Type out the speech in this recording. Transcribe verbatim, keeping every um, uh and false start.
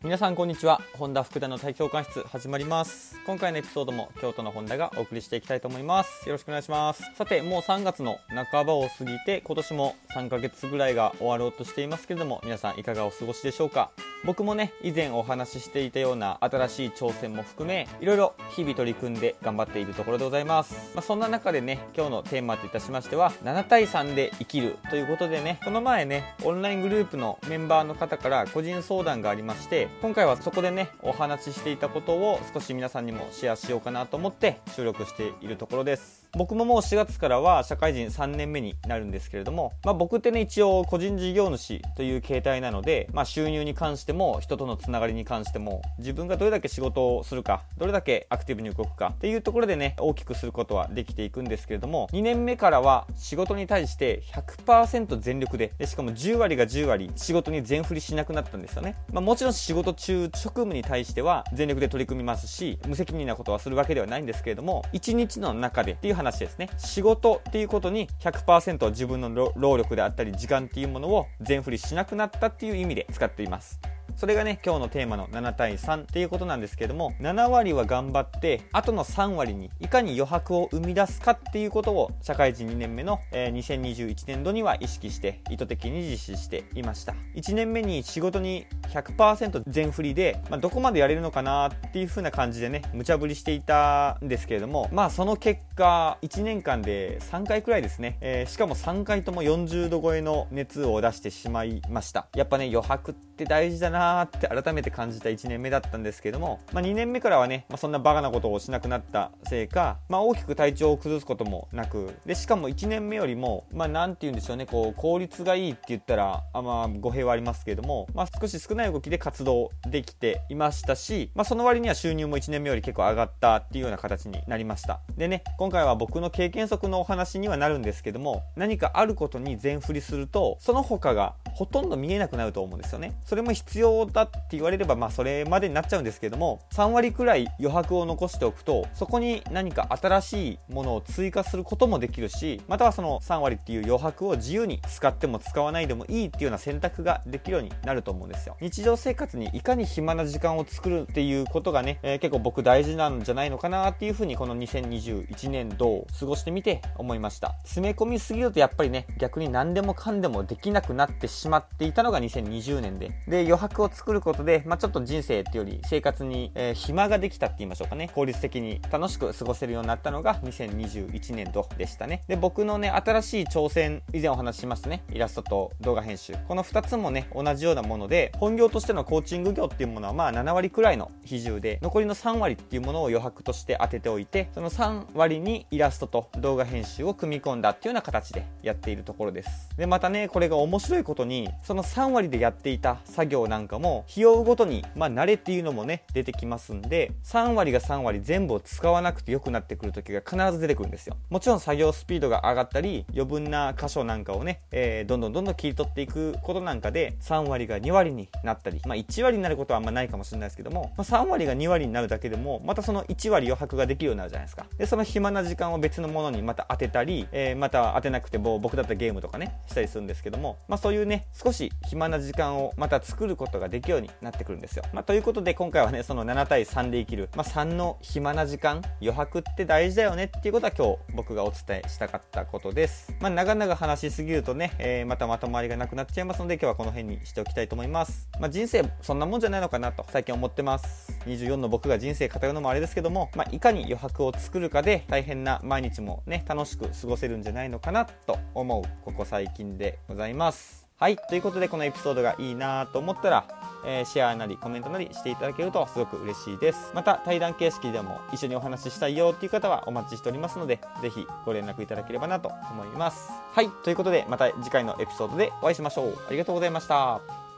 皆さんこんにちは。本田福田の体教官室始まります。今回のエピソードも京都の本田がお送りしていきたいと思います。よろしくお願いします。さて、もうさんがつの半ばを過ぎて今年もさんかげつぐらいが終わろうとしていますけれども、皆さんいかがお過ごしでしょうか。僕もね、以前お話ししていたような新しい挑戦も含め、いろいろ日々取り組んで頑張っているところでございます。まあ、そんな中でね、今日のテーマといたしましてはななたいさんで生きるということでね、この前ね、オンライングループのメンバーの方から個人相談がありまして、今回はそこでねお話ししていたことを少し皆さんにもシェアしようかなと思って収録しているところです。僕ももうしがつからは社会人さんねんめになるんですけれども、まあ、僕ってね一応個人事業主という形態なので、まあ、収入に関しても人とのつながりに関しても自分がどれだけ仕事をするか、どれだけアクティブに動くかっていうところでね大きくすることはできていくんですけれども、にねんめからは仕事に対して ひゃくパーセント 全力で、しかもじゅうわりがじゅうわり仕事に全振りしなくなったんですよね。まあ、もちろん仕事中職務に対しては全力で取り組みますし、無責任なことはするわけではないんですけれども、いちにちの中でっていう話ですね。仕事っていうことに ひゃくパーセント 自分の労力であったり時間っていうものを全振りしなくなったっていう意味で使っています。それがね今日のテーマのななたいさんっていうことなんですけれども、ななわりは頑張ってあとのさんわりにいかに余白を生み出すかっていうことを社会人にねんめの、えー、にせんにじゅういちねんどには意識して意図的に実施していました。いちねんめに仕事に ひゃくパーセント 全振りで、まあ、どこまでやれるのかなっていう風な感じでね無茶ぶりしていたんですけれども、まあその結果いちねんかんでさんかいくらいですね、えー、しかもさんかいともよんじゅうど超えの熱を出してしまいました。やっぱね余白って大事だなって改めて感じたいちねんめだったんですけども、まあ、にねんめからはね、まあ、そんなバカなことをしなくなったせいか、まあ、大きく体調を崩すこともなく、でしかもいちねんめよりもまあなんて言うんでしょうね、こう効率がいいって言ったらあまあ語弊はありますけれども、まあ、少し少ない動きで活動できていましたし、まあ、その割には収入もいちねんめより結構上がったっていうような形になりました。でね、今回は僕の経験則のお話にはなるんですけども、何かあることに全振りするとその他がほとんど見えなくなると思うんですよね。それも必要だって言われればまあそれまでになっちゃうんですけども、さんわりくらい余白を残しておくとそこに何か新しいものを追加することもできるし、またはそのさんわりっていう余白を自由に使っても使わないでもいいっていうような選択ができるようになると思うんですよ。日常生活にいかに暇な時間を作るっていうことがね、えー、結構僕大事なんじゃないのかなっていうふうにこのにせんにじゅういちねんどを過ごしてみて思いました。詰め込みすぎるとやっぱりね逆に何でもかんでもできなくなってしまっていたのがにせんにじゅうねんで、で余白を作ることで、まあ、ちょっと人生っていうより生活に、えー、暇ができたって言いましょうかね、効率的に楽しく過ごせるようになったのがにせんにじゅういちねんどでしたね。で僕のね新しい挑戦、以前お話ししましたね、イラストと動画編集、このふたつもね同じようなもので、本業としてのコーチング業っていうものはまあななわりくらいの比重で、残りのさんわりっていうものを余白として当てておいて、そのさんわりにイラストと動画編集を組み込んだっていうような形でやっているところです。でまたねこれが面白いことに、そのさんわりでやっていた作業なんかも日を追うごとにまあ慣れっていうのもね出てきますんで、さんわりがさんわり全部を使わなくて良くなってくる時が必ず出てくるんですよ。もちろん作業スピードが上がったり余分な箇所なんかをね、えー、どんどんどんどん切り取っていくことなんかでさんわりがにわりになったり、まあいちわりになることはあんまないかもしれないですけども、まあ、さんわりがにわりになるだけでもまたそのいちわり余白ができるようになるじゃないですか。でその暇な時間を別のものにまた当てたり、えー、また当てなくても僕だったらゲームとかねしたりするんですけども、まあそういうね少し暇な時間をまた作ることができるようになってくるんですよ。まあということで今回はねそのななたいさんで生きる、まあ、さんの暇な時間、余白って大事だよねっていうことは今日僕がお伝えしたかったことです。まあ長々話しすぎるとね、えー、またまとまりがなくなっちゃいますので今日はこの辺にしておきたいと思います。まあ人生そんなもんじゃないのかなと最近思ってます。にじゅうよんの僕が人生語るのもあれですけども、まあいかに余白を作るかで大変な毎日もね楽しく過ごせるんじゃないのかなと思うここ最近でございます。はい、ということでこのエピソードがいいなと思ったら、えー、シェアなりコメントなりしていただけるとすごく嬉しいです。また対談形式でも一緒にお話ししたいよっていう方はお待ちしておりますので、ぜひご連絡いただければなと思います。はい、ということでまた次回のエピソードでお会いしましょう。ありがとうございました。